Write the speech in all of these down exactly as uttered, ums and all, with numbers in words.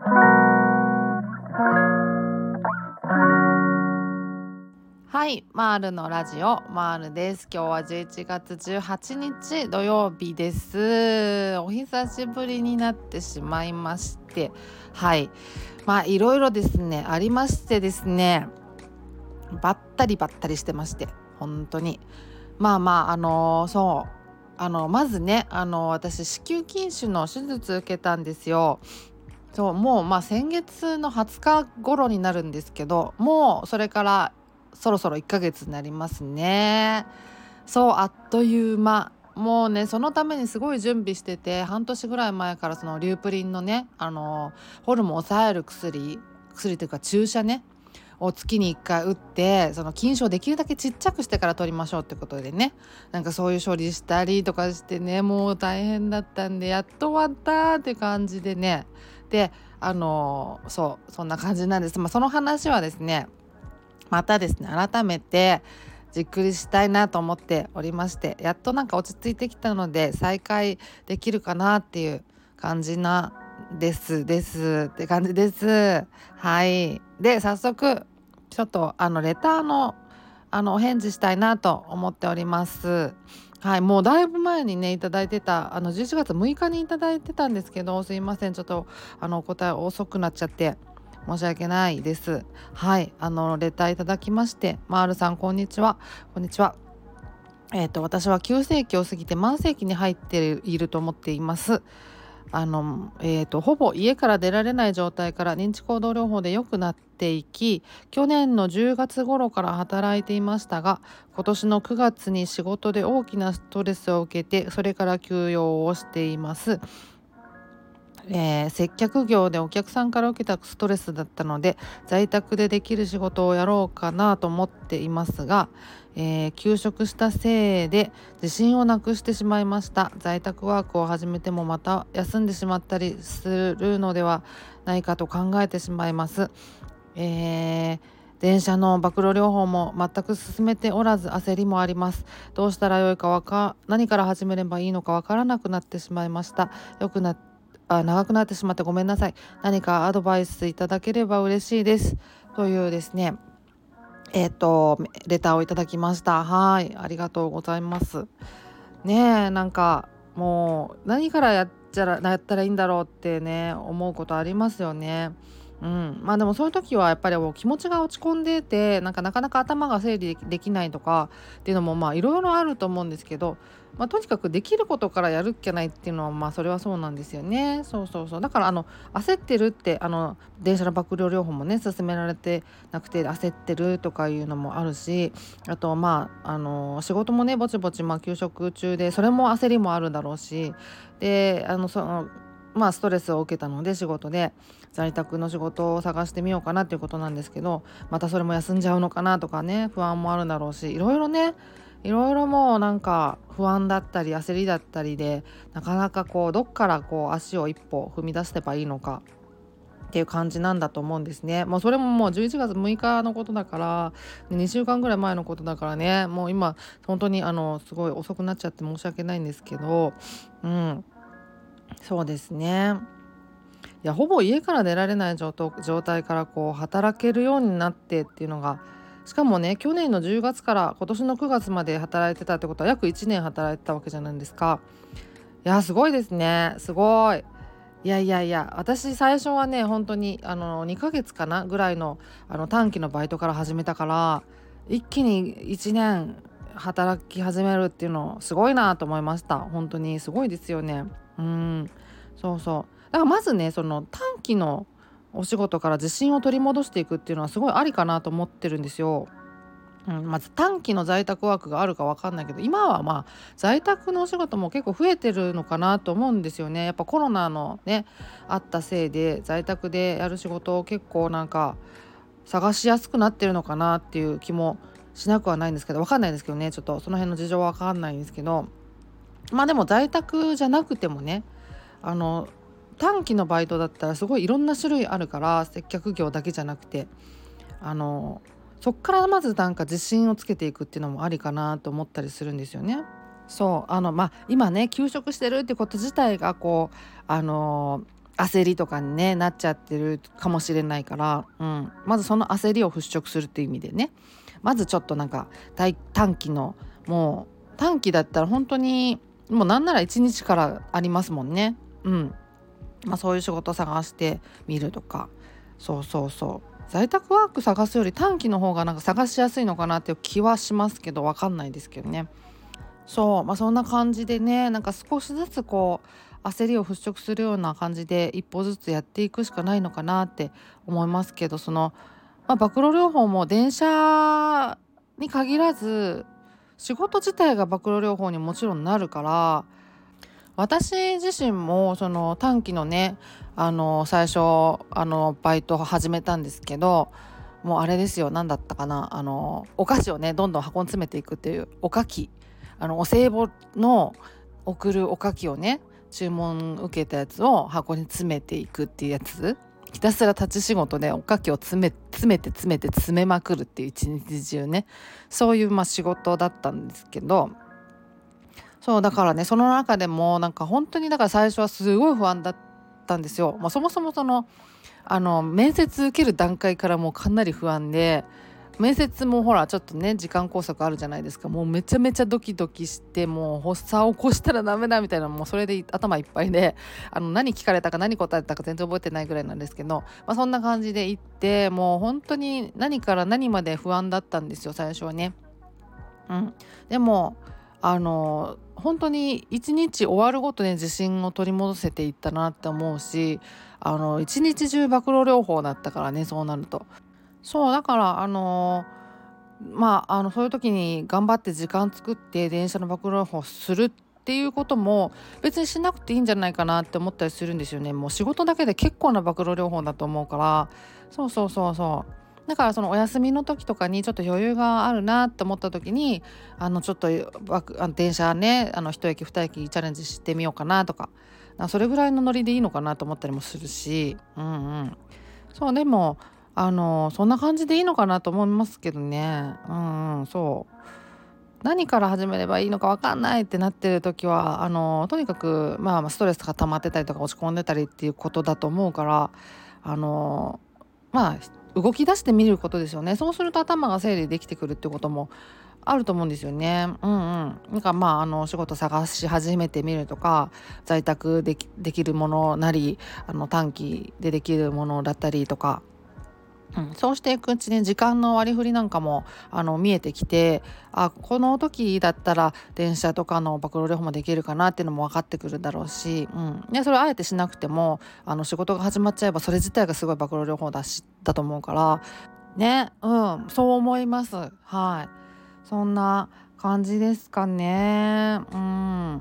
はい、マールのラジオマールです。今日はじゅういちがつじゅうはちにち土曜日です。お久しぶりになってしまいまして、はい、まあいろいろですねありましてですね、ばったりばったりしてまして、本当にまあまああのそうあのまずねあの私子宮筋腫の手術受けたんですよ。そうもうまあ先月のはつか頃になるんですけど、もうそれからそろそろいっかげつになりますね。そうあっという間。もうねそのためにすごい準備してて、半年ぐらい前からそのリュープリンのねあのホルモンを抑える薬薬というか注射ねを月にいっかい打って、その筋腫をできるだけちっちゃくしてから取りましょうってことでね、なんかそういう処理したりとかしてね、もう大変だったんでやっと終わったって感じでね。であのそうそんな感じなんです。まあ、その話はですねまたですね改めてじっくりしたいなと思っておりまして、やっとなんか落ち着いてきたので再開できるかなっていう感じなですですって感じです。はい。で早速ちょっとあのレターのあのお返事したいなと思っております。はい、もうだいぶ前にねいただいてた、あのじゅういちがつむいかにいただいてたんですけど、すいませんちょっとあのお答え遅くなっちゃって申し訳ないです。はい、あのレターいただきまして、マールさんこんにちは。こんにちは。えっ、と私は急性期を過ぎて慢性期に入っていると思っています。あの、えーと、ほぼ家から出られない状態から認知行動療法で良くなっていき、去年のじゅうがつ頃から働いていましたが、今年のくがつに仕事で大きなストレスを受けて、それから休養をしています。えー接客業でお客さんから受けたストレスだったので、在宅でできる仕事をやろうかなと思っていますが、えー休職したせいで自信をなくしてしまいました。在宅ワークを始めてもまた休んでしまったりするのではないかと考えてしまいます。えー電車の暴露療法も全く進めておらず焦りもあります。どうしたらよいかわか何から始めればいいのかわからなくなってしまいました。よくなあ長くなってしまってごめんなさい。何かアドバイスいただければ嬉しいです。というですねえっ、とレターをいただきました。はい、ありがとうございます。ねえなんかもう何からやっちゃらやったらいいんだろうってね思うことありますよね。うん、まあでもそういう時はやっぱりもう気持ちが落ち込んでて、なんかなかなか頭が整理できないとかっていうのもまあいろいろあると思うんですけど、まあ、とにかくできることからやるっきゃないっていうのはまあそれはそうなんですよね。そうそうそう。だからあの焦ってるってあの電車の暴露療法もね勧められてなくて焦ってるとかいうのもあるし、あとまああの仕事もねぼちぼちまあ休職中でそれも焦りもあるだろうし、であのそのまあストレスを受けたので仕事で在宅の仕事を探してみようかなっていうことなんですけど、またそれも休んじゃうのかなとかね不安もあるだろうし、いろいろねいろいろもうなんか不安だったり焦りだったりで、なかなかこうどっからこう足を一歩踏み出せばいいのかっていう感じなんだと思うんですね。もうそれももうじゅういちがつむいかのことだから、にしゅうかんぐらい前のことだからね、もう今本当にあのすごい遅くなっちゃって申し訳ないんですけど、うんそうですね。いやほぼ家から出られない状態状態からこう働けるようになってっていうのが、しかもね去年のじゅうがつから今年のくがつまで働いてたってことは約いちねん働いてたわけじゃないですか。いやすごいですね、すごい。いやいやいや、私最初はね本当にあのにかげつかなぐらいのあの短期のバイトから始めたから、一気にいちねん働き始めるっていうのすごいなと思いました。本当にすごいですよね。うんそうそう。だからまずねその短期のお仕事から自信を取り戻していくっていうのはすごいありかなと思ってるんですよ。うん、まず短期の在宅ワークがあるかわかんないけど、今はまあ在宅のお仕事も結構増えてるのかなと思うんですよね。やっぱコロナのねあったせいで在宅でやる仕事を結構なんか探しやすくなってるのかなっていう気もしなくはないんですけど、わかんないですけどね、ちょっとその辺の事情はわかんないんですけど、まあでも在宅じゃなくてもね、あの短期のバイトだったらすごいいろんな種類あるから、接客業だけじゃなくてあのそっからまずなんか自信をつけていくっていうのもありかなと思ったりするんですよね。そうあのまあ今ね休職してるってこと自体がこうあの焦りとかに、ね、なっちゃってるかもしれないから、うん、まずその焦りを払拭するっていう意味でね、まずちょっとなんか短期の、もう短期だったら本当にもうなんならいちにちからありますもんね。うん、まあ、そういう仕事探してみるとか、そうそうそう、在宅ワーク探すより短期の方がなんか探しやすいのかなっていう気はしますけど、わかんないですけどね。そう、まあ、そんな感じでね、なんか少しずつこう焦りを払拭するような感じで一歩ずつやっていくしかないのかなって思いますけど、その、まあ、暴露療法も電車に限らず仕事自体が暴露療法にもちろんなるから、私自身もその短期のね、あの最初あのバイトを始めたんですけど、もうあれですよ、何だったかな、あのお菓子をねどんどん箱に詰めていくっていうおかき、あのお歳暮の送るおかきをね、注文受けたやつを箱に詰めていくっていうやつ、ひたすら立ち仕事でおかきを詰め詰めて詰めて詰めまくるっていう一日中ね、そういうまあ仕事だったんですけど、そうだからね、その中でもなんか本当にだから最初はすごい不安だったんですよ。まあ、そもそもそのあの面接受ける段階からもうかなり不安で、面接もほらちょっとね時間拘束あるじゃないですか。もうめちゃめちゃドキドキして、もう発作を起こしたらダメだみたいな、もうそれで頭いっぱいで、あの何聞かれたか何答えたか全然覚えてないぐらいなんですけど、まあ、そんな感じで行って、もう本当に何から何まで不安だったんですよ、最初はね。うん、でもあの本当に一日終わるごとに自信を取り戻せていったなって思うし、あの一日中暴露療法だったからね、そうなると。そうだからあのまああのそういう時に頑張って時間作って電車の暴露療法するっていうことも別にしなくていいんじゃないかなって思ったりするんですよね。もう仕事だけで結構な暴露療法だと思うから。そうそうそうそう、だからそのお休みの時とかにちょっと余裕があるなって思った時に、あのちょっとバクあの電車ね、あの一駅二駅チャレンジしてみようかなとか、なんかそれぐらいのノリでいいのかなと思ったりもするし、うんうん、そうでもあのそんな感じでいいのかなと思いますけどね。うんうん、そう何から始めればいいのか分かんないってなってる時は、あのとにかく、まあ、まあストレスが溜まってたりとか落ち込んでたりっていうことだと思うから、あのまあ動き出してみることですよね。そうすると頭が整理できてくるってこともあると思うんですよね。うんうん。なんかまああの仕事探し始めてみるとか、在宅でき、できるものなり、あの短期でできるものだったりとか、うん、そうしていくうちに時間の割り振りなんかもあの見えてきて、あこの時だったら電車とかの暴露療法もできるかなっていうのも分かってくるだろうし、うん、でそれをあえてしなくてもあの仕事が始まっちゃえばそれ自体がすごい暴露療法だしだと思うからね、うん、そう思います。はい、そんな感じですかね。うん、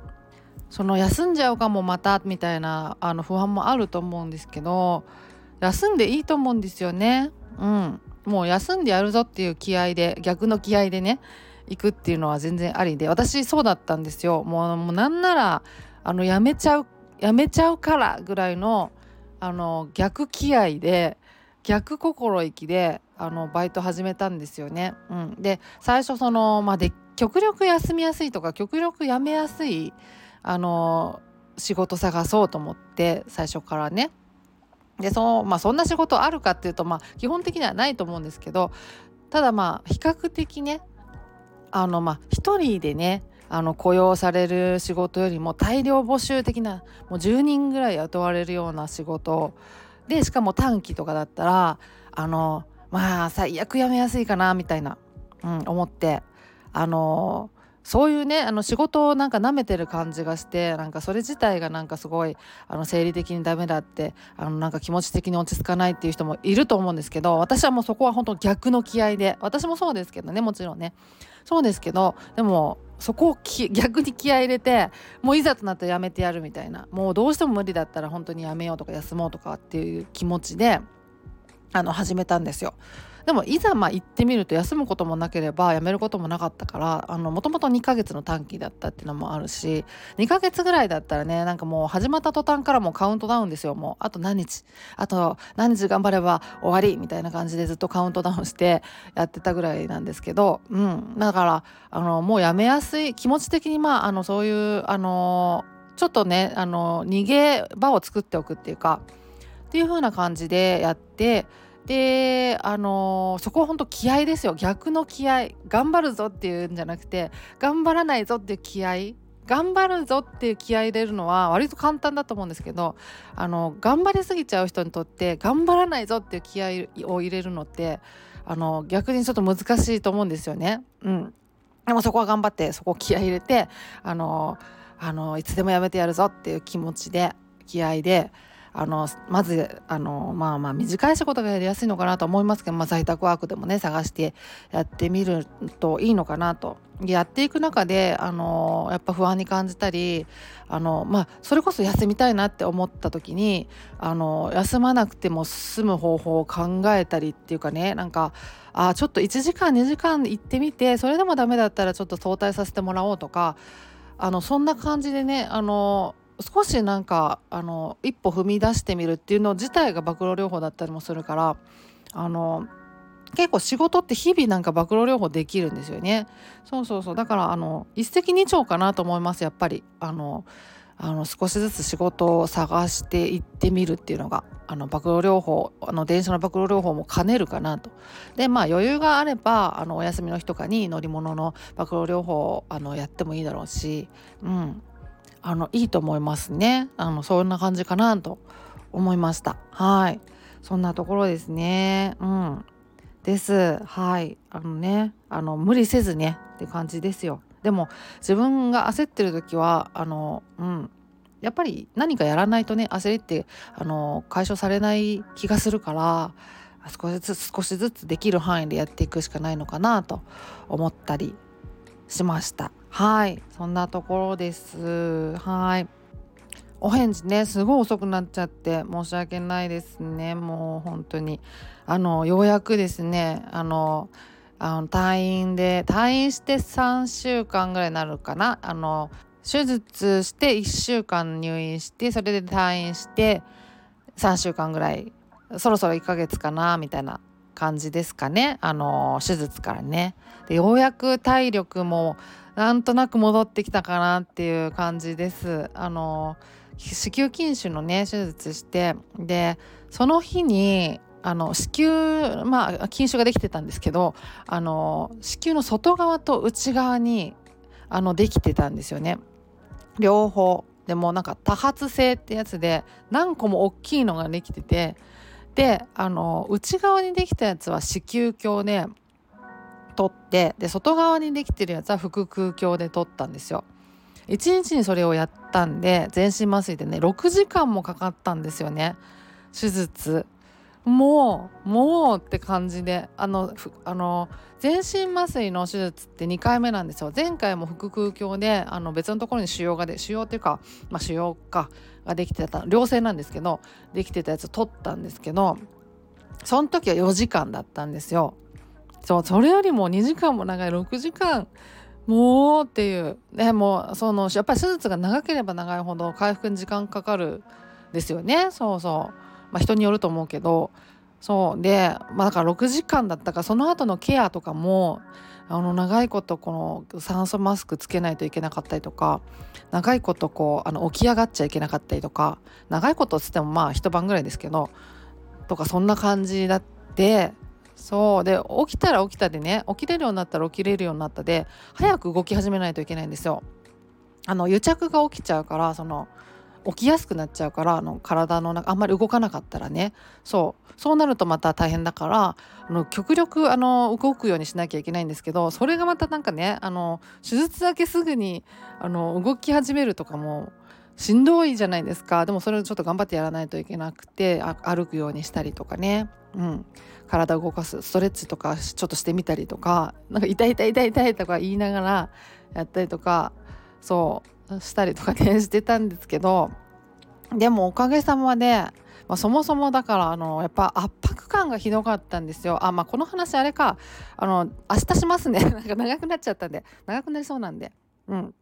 その休んじゃうかもまたみたいなあの不安もあると思うんですけど、休んでいいと思うんですよね。うん、もう休んでやるぞっていう気合で、逆の気合でね行くっていうのは全然ありで、私そうだったんですよ。もう、もうなんならあのやめちゃうやめちゃうからぐらいのあの逆気合で逆心意気であのバイト始めたんですよね。うん、で最初その、まあ、で極力休みやすいとか極力辞めやすいあの仕事探そうと思って最初からね。でそう、まあ、そんな仕事あるかっていうと、まあ、基本的にはないと思うんですけど、ただまあ比較的ね、あのまあ一人でねあの雇用される仕事よりも大量募集的な、もうじゅうにんぐらい雇われるような仕事で、しかも短期とかだったらあのまあ最悪辞めやすいかなみたいな、うん、思って、あのそういうねあの仕事をなんか舐めてる感じがして、なんかそれ自体がなんかすごいあの生理的にダメだって、あのなんか気持ち的に落ち着かないっていう人もいると思うんですけど、私はもうそこは本当逆の気合で、私もそうですけどね、もちろんねそうですけど、でもそこを逆に気合い入れて、もういざとなったらやめてやるみたいな、もうどうしても無理だったら本当にやめようとか休もうとかっていう気持ちであの始めたんですよ。でもいざまあ行ってみると休むこともなければ辞めることもなかったから、あのもともとにかげつの短期だったっていうのもあるし、にかげつぐらいだったらね、なんかもう始まった途端からもうカウントダウンですよ。もうあと何日あと何日頑張れば終わりみたいな感じでずっとカウントダウンしてやってたぐらいなんですけど、うん、だからあのもう辞めやすい気持ち的に、まああのそういうあのちょっとねあの逃げ場を作っておくっていうかっていう風な感じでやって、であのそこは本当気合ですよ。逆の気合、頑張るぞっていうんじゃなくて頑張らないぞっていう気合、頑張るぞっていう気合い入れるのは割と簡単だと思うんですけど、あの頑張りすぎちゃう人にとって頑張らないぞっていう気合を入れるのってあの逆にちょっと難しいと思うんですよね。うん、でもそこは頑張って、そこ気合い入れてあのあのいつでもやめてやるぞっていう気持ちで、気合いであのまずあのまあまあ短い仕事がやりやすいのかなと思いますけど、まあ、在宅ワークでもね探してやってみるといいのかなと。やっていく中であのやっぱ不安に感じたり、あの、まあ、それこそ休みたいなって思った時にあの休まなくても済む方法を考えたりっていうかね、なんかあちょっといちじかんにじかん行ってみて、それでもダメだったらちょっと早退させてもらおうとか、あのそんな感じでね、あの少しなんかあの一歩踏み出してみるっていうの自体が暴露療法だったりもするから、あの結構仕事って日々なんか暴露療法できるんですよね。そうそうそう、だからあの一石二鳥かなと思います。やっぱりあのあの少しずつ仕事を探していってみるっていうのがあの暴露療法、あの電車の暴露療法も兼ねるかなと。でまあ余裕があればあのお休みの日とかに乗り物の暴露療法をあのやってもいいだろうし、うんあのいいと思いますね。あのそんな感じかなと思いました。はい、そんなところですね。うんです。はい、あのねあの無理せずねって感じですよ。でも自分が焦ってる時はあのうんやっぱり何かやらないとね、焦りってあの解消されない気がするから、少しずつ少しずつできる範囲でやっていくしかないのかなと思ったりしました。はい、そんなところです。はい、お返事ねすごい遅くなっちゃって申し訳ないですね。もう本当にあのようやくですね、あのあの退院で退院してさんしゅうかんぐらいになるかな、あの手術していっしゅうかん入院して、それで退院してさんしゅうかんぐらい、そろそろいっかげつかなみたいな感じですかね、あの手術からね。でようやく体力もなんとなく戻ってきたかなっていう感じです。あの子宮筋腫のね手術して、でその日にあの子宮まあ筋腫ができてたんですけど、あの子宮の外側と内側にあのできてたんですよね、両方。でもなんか多発性ってやつで何個も大きいのができてて、であの内側にできたやつは子宮鏡で取って、で外側にできてるやつは腹腔鏡で取ったんですよ。いちにちにそれをやったんで全身麻酔でねろくじかんもかかったんですよね、手術。もうもうって感じで、あのあの全身麻酔の手術ってにかいめなんですよ。前回も腹腔鏡であの別のところに腫瘍がで腫瘍っていうか、まあ、腫瘍かができてた良性なんですけど、できてたやつ取ったんですけど、その時はよじかんだったんですよ。そうそれよりもにじかんも長いろくじかんもうっていう。でもそのやっぱり手術が長ければ長いほど回復に時間かかるんですよね。そうそう、まあ、人によると思うけど、そうで、まあ、だからろくじかんだったから、その後のケアとかもあの長いことこの酸素マスクつけないといけなかったりとか、長いことこうあの起き上がっちゃいけなかったりとか、長いことっつってもまあ一晩ぐらいですけどとか、そんな感じだって。そうで起きたら起きたでね、起きれるようになったら起きれるようになったで早く動き始めないといけないんですよ。あの癒着が起きちゃうから、その起きやすくなっちゃうから、あの体の中あんまり動かなかったらね、そうそうなるとまた大変だから、あの極力あの動くようにしなきゃいけないんですけど、それがまたなんかね、あの手術だけすぐにあの動き始めるとかもしんどいじゃないですか。でもそれをちょっと頑張ってやらないといけなくて、あ歩くようにしたりとかね、うん、体を動かすストレッチとかちょっとしてみたりとか、なんか痛い痛い痛い痛いとか言いながらやったりとか、そうしたりとかねしてたんですけど、でもおかげさまで、まあ、そもそもだからあのやっぱ圧迫感がひどかったんですよ。あ、まあこの話あれか、あの明日しますねなんか長くなっちゃったんで、長くなりそうなんで、うん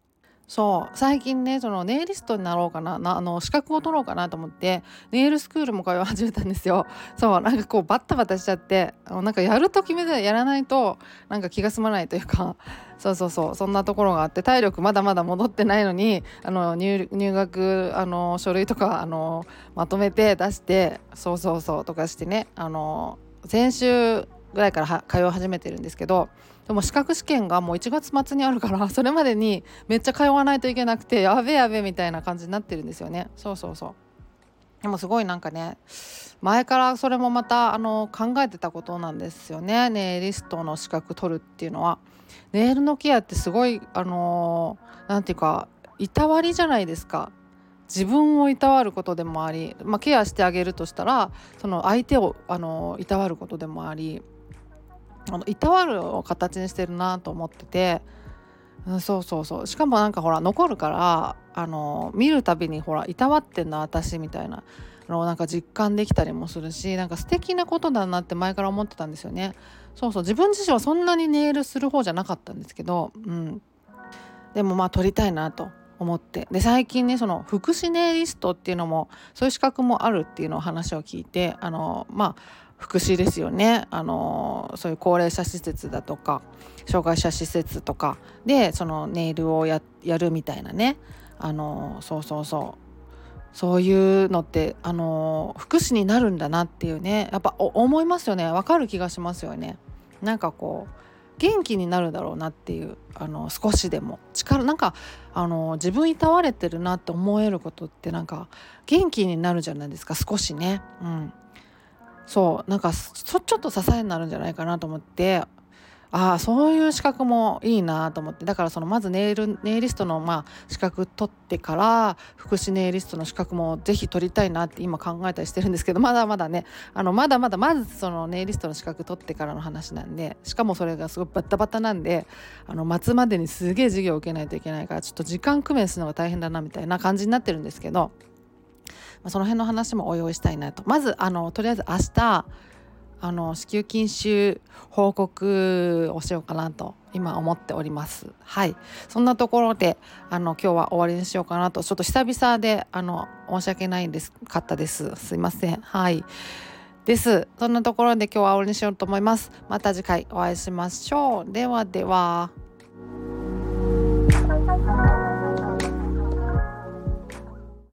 そう最近ねそのネイリストになろうかななあの資格を取ろうかなと思ってネイルスクールも通い始めたんですよ。そうなんかこうバッタバタしちゃってあのなんかやると決めてやらないとなんか気が済まないというかそうそうそうそんなところがあって体力まだまだ戻ってないのにあの 入, 入学あの書類とかあのまとめて出してそうそうそうとかしてねあの先週ぐらいからは通い始めてるんですけど、でも資格試験がもういちがつ末にあるからそれまでにめっちゃ通わないといけなくてやべえやべえみたいな感じになってるんですよね。そうそうそうでもすごいなんかね前からそれもまたあの考えてたことなんですよね。ネイリストの資格取るっていうのはネイルのケアってすごいあのなんていうかいたわりじゃないですか。自分をいたわることでもあり、まあ、ケアしてあげるとしたらその相手をあのいたわることでもありあのいたわるを形にしてるなと思ってて、うん、そうそうそうしかもなんかほら残るからあの見るたびにほらいたわってんな私みたいなのをなんか実感できたりもするしなんか素敵なことだなって前から思ってたんですよね。そうそう自分自身はそんなにネイルする方じゃなかったんですけど、うん、でもまあ撮りたいなと思ってで最近ねその福祉ネイリストっていうのもそういう資格もあるっていうのを話を聞いてあのまあ福祉ですよねあのそういう高齢者施設だとか障害者施設とかでそのネイルを や, やるみたいなねあのそうそうそうそういうのってあの福祉になるんだなっていうねやっぱ思いますよね。わかる気がしますよね。なんかこう元気になるだろうなっていうあの少しでも力なんかあの自分いたわれてるなって思えることってなんか元気になるじゃないですか少しね、うん、そうなんかそちょっと支えになるんじゃないかなと思ってああそういう資格もいいなと思ってだからそのまずネイルネイリストのまあ資格取ってから福祉ネイリストの資格もぜひ取りたいなって今考えたりしてるんですけどまだまだねあのまだまだまずそのネイリストの資格取ってからの話なんでしかもそれがすごいバッタバタなんであの末までにすげえ授業を受けないといけないからちょっと時間工面するのが大変だなみたいな感じになってるんですけど、まあ、その辺の話もお用意したいなとまずあのとりあえず明日あの子宮筋腫報告をしようかなと今思っております。はい、そんなところであの今日は終わりにしようかなとちょっと久々であの申し訳ないんですかったです。すいません。はいですそんなところで今日は終わりにしようと思います。また次回お会いしましょう。ではでは。